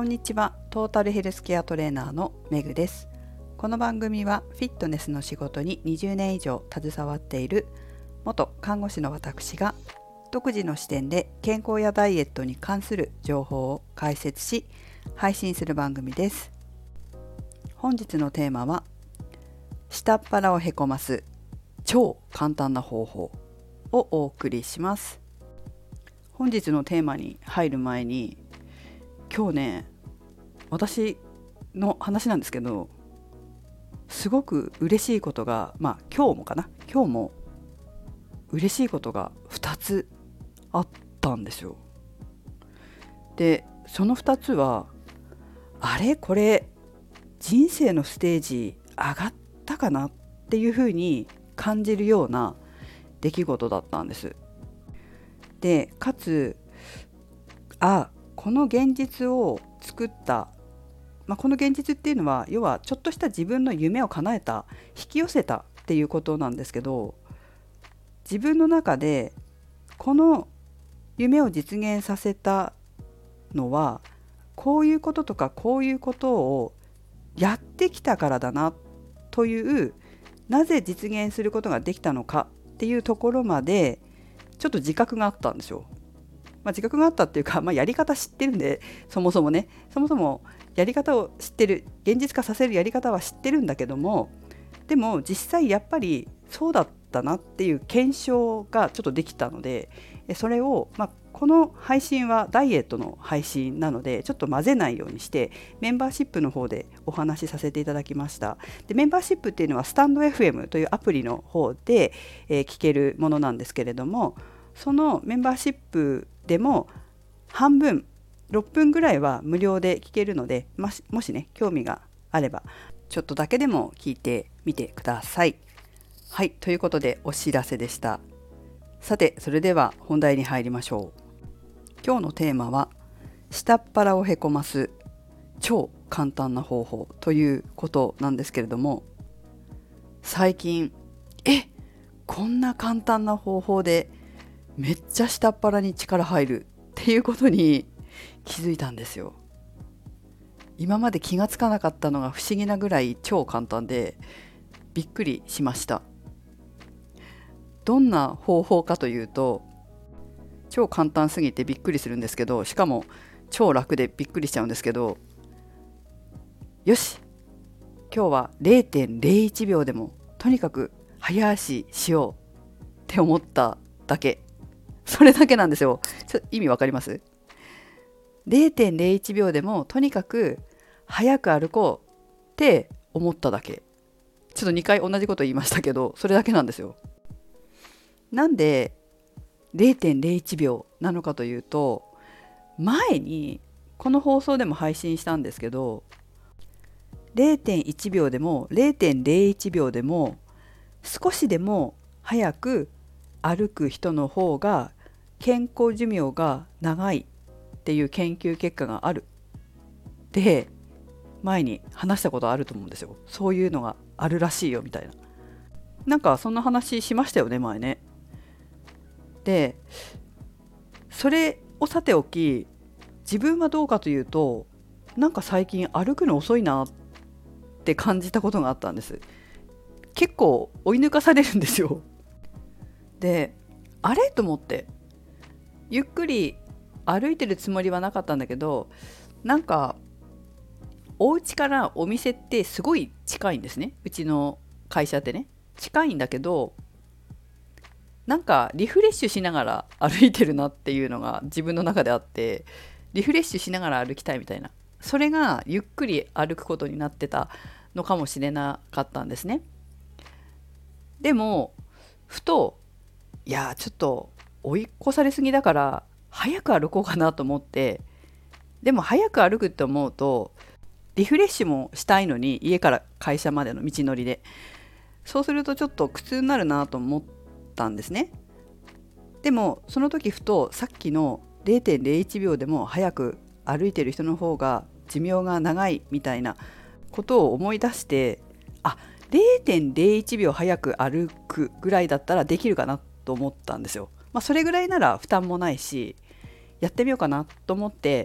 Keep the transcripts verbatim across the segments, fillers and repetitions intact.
んにちは。トータルヘルスケアトレーナーのメグです。この番組はフィットネスの仕事ににじゅうねん以上携わっている元看護師の私が独自の視点で健康やダイエットに関する情報を解説し配信する番組です。本日のテーマは下っ腹をへこます超簡単な方法をお送りします。本日のテーマに入る前に、今日ね、私の話なんですけど、すごく嬉しいことが、まあ今日もかな今日も嬉しいことがふたつあったんですよ。でそのふたつは、あれこれ人生のステージ上がったかなっていうふうに感じるような出来事だったんです。でかつあこの現実を作った、まあ、この現実っていうのは要はちょっとした自分の夢を叶えた、引き寄せたっていうことなんですけど、自分の中でこの夢を実現させたのはこういうこととかこういうことをやってきたからだなという、なぜ実現することができたのかっていうところまでちょっと自覚があったんですよ。まあ、自覚があったっていうか、まあ、やり方知ってるんで、そもそもねそもそもやり方を知ってる、現実化させるやり方は知ってるんだけども、でも実際やっぱりそうだったなっていう検証がちょっとできたので、それを、まあ、この配信はダイエットの配信なのでちょっと混ぜないようにしてメンバーシップの方でお話しさせていただきました。でメンバーシップっていうのはスタンド エフエム というアプリの方で、えー、聞けるものなんですけれども、そのメンバーシップでも半分ろっぷんぐらいは無料で聞けるので、もし、もしね興味があればちょっとだけでも聞いてみてください。はい、ということでお知らせでした。さてそれでは本題に入りましょう。今日のテーマは下っ腹をへこます超簡単な方法ということなんですけれども、最近えこんな簡単な方法でめっちゃ下っ腹に力入るっていうことに気づいたんですよ。今まで気がつかなかったのが不思議なぐらい超簡単でびっくりしました。どんな方法かというと、超簡単すぎてびっくりするんですけど、しかも超楽でびっくりしちゃうんですけど、よし今日は れいてんれいいち 秒でもとにかく早足しようって思っただけ、それだけなんですよ。ちょ意味わかります？ れいてんれいいち 秒でもとにかく早く歩こうって思っただけ。ちょっとにかい同じこと言いましたけど、それだけなんですよ。なんで れいてんれいいち 秒なのかというと、前にこの放送でも配信したんですけど、れいてんいち 秒でも れいてんれいいち 秒でも少しでも早く歩く人の方が健康寿命が長いっていう研究結果があるで、前に話したことあると思うんですよ。そういうのがあるらしいよみたいな、なんかそんな話しましたよね前ね。でそれをさておき、自分はどうかというと、なんか最近歩くの遅いなって感じたことがあったんです。結構追い抜かされるんですよ。であれと思って、ゆっくり歩いてるつもりはなかったんだけど、なんかお家からお店ってすごい近いんですね。うちの会社ってね近いんだけど、なんかリフレッシュしながら歩いてるなっていうのが自分の中であって、リフレッシュしながら歩きたいみたいな、それがゆっくり歩くことになってたのかもしれなかったんですね。でもふと、いやちょっと追い越されすぎだから早く歩こうかなと思って、でも早く歩くって思うとリフレッシュもしたいのに、家から会社までの道のりで、そうするとちょっと苦痛になるなと思ったんですね。でもその時ふと、さっきの れいてんれいいち 秒でも早く歩いてる人の方が寿命が長いみたいなことを思い出して、あ れいてんれいいち 秒早く歩くぐらいだったらできるかなと思ったんですよ。まあ、それぐらいなら負担もないしやってみようかなと思って、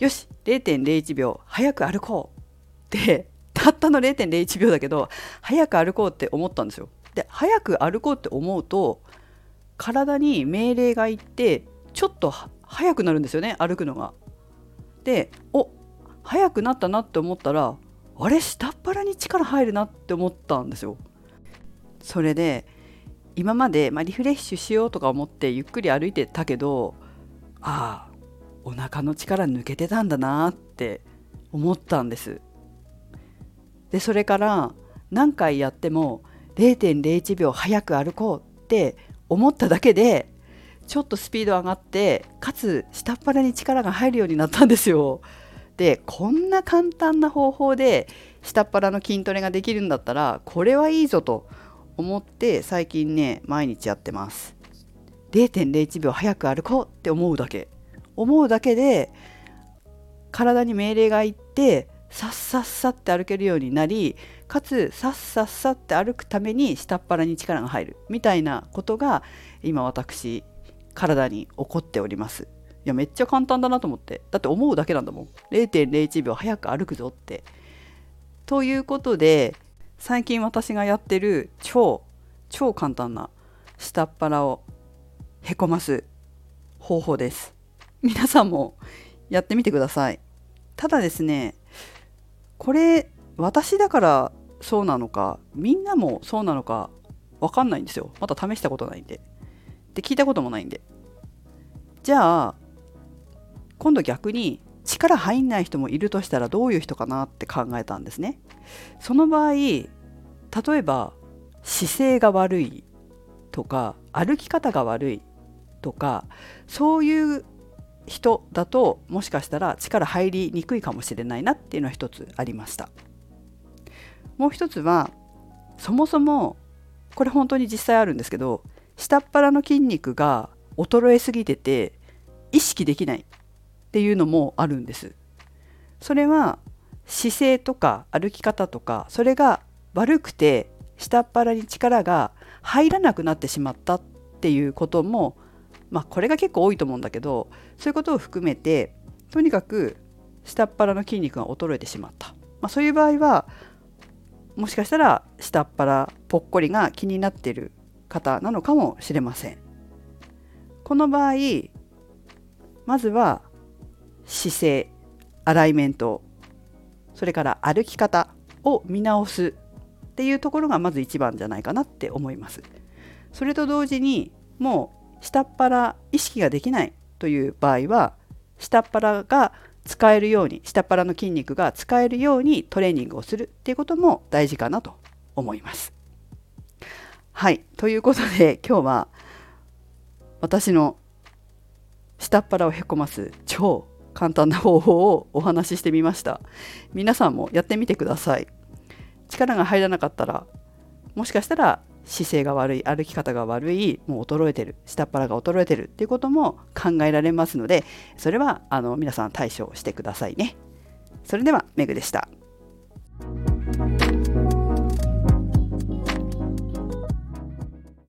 よし れいてんれいいちびょう早く歩こうってたったの れいてんれいいちびょうだけど早く歩こうって思ったんですよ。で早く歩こうって思うと体に命令がいってちょっと速くなるんですよね、歩くのが。でお速くなったなって思ったらあれ下っ腹に力入るなって思ったんですよ。それで今まで、まあ、リフレッシュしようとか思ってゆっくり歩いてたけどああお腹の力抜けてたんだなって思ったんです。でそれから何回やっても れいてんれいいちびょう早く歩こうって思っただけでちょっとスピード上がってかつ下っ腹に力が入るようになったんですよ。でこんな簡単な方法で下っ腹の筋トレができるんだったらこれはいいぞと思って最近ね毎日やってます。 れいてんれいいちびょう早く歩こうって思うだけ思うだけで体に命令がいってさっさっさって歩けるようになりかつさっさっさって歩くために下っ腹に力が入るみたいなことが今私体に起こっております。いやめっちゃ簡単だなと思って、だって思うだけなんだもん。 れいてんれいいちびょう早く歩くぞって。ということで最近私がやってる超超簡単な下っ腹をへこます方法です。皆さんもやってみてください。ただですねこれ私だからそうなのかみんなもそうなのか分かんないんですよ。まだ試したことないんでで聞いたこともないんで。じゃあ今度逆に力入んない人もいるとしたらどういう人かなって考えたんですね。その場合例えば姿勢が悪いとか歩き方が悪いとかそういう人だともしかしたら力入りにくいかもしれないなっていうのは一つありました。もう一つはそもそもこれ本当に実際あるんですけど下っ腹の筋肉が衰えすぎてて意識できないっていうのもあるんです。それは姿勢とか歩き方とかそれが悪くて下っ腹に力が入らなくなってしまったっていうこともまあこれが結構多いと思うんだけどそういうことを含めてとにかく下っ腹の筋肉が衰えてしまった、まあ、そういう場合はもしかしたら下っ腹ぽっこりが気になっている方なのかもしれません。この場合まずは姿勢、アライメント、それから歩き方を見直すっていうところがまず一番じゃないかなって思います。それと同時にもう下っ腹意識ができないという場合は下っ腹が使えるように下っ腹の筋肉が使えるようにトレーニングをするっていうことも大事かなと思います。はい、ということで今日は私の下っ腹をへこます超簡単な方法をお話ししてみました。皆さんもやってみてください。力が入らなかったらもしかしたら姿勢が悪い、歩き方が悪い、もう衰えてる、下っ腹が衰えてるっていうことも考えられますのでそれはあの皆さん対処してくださいね。それではメグでした。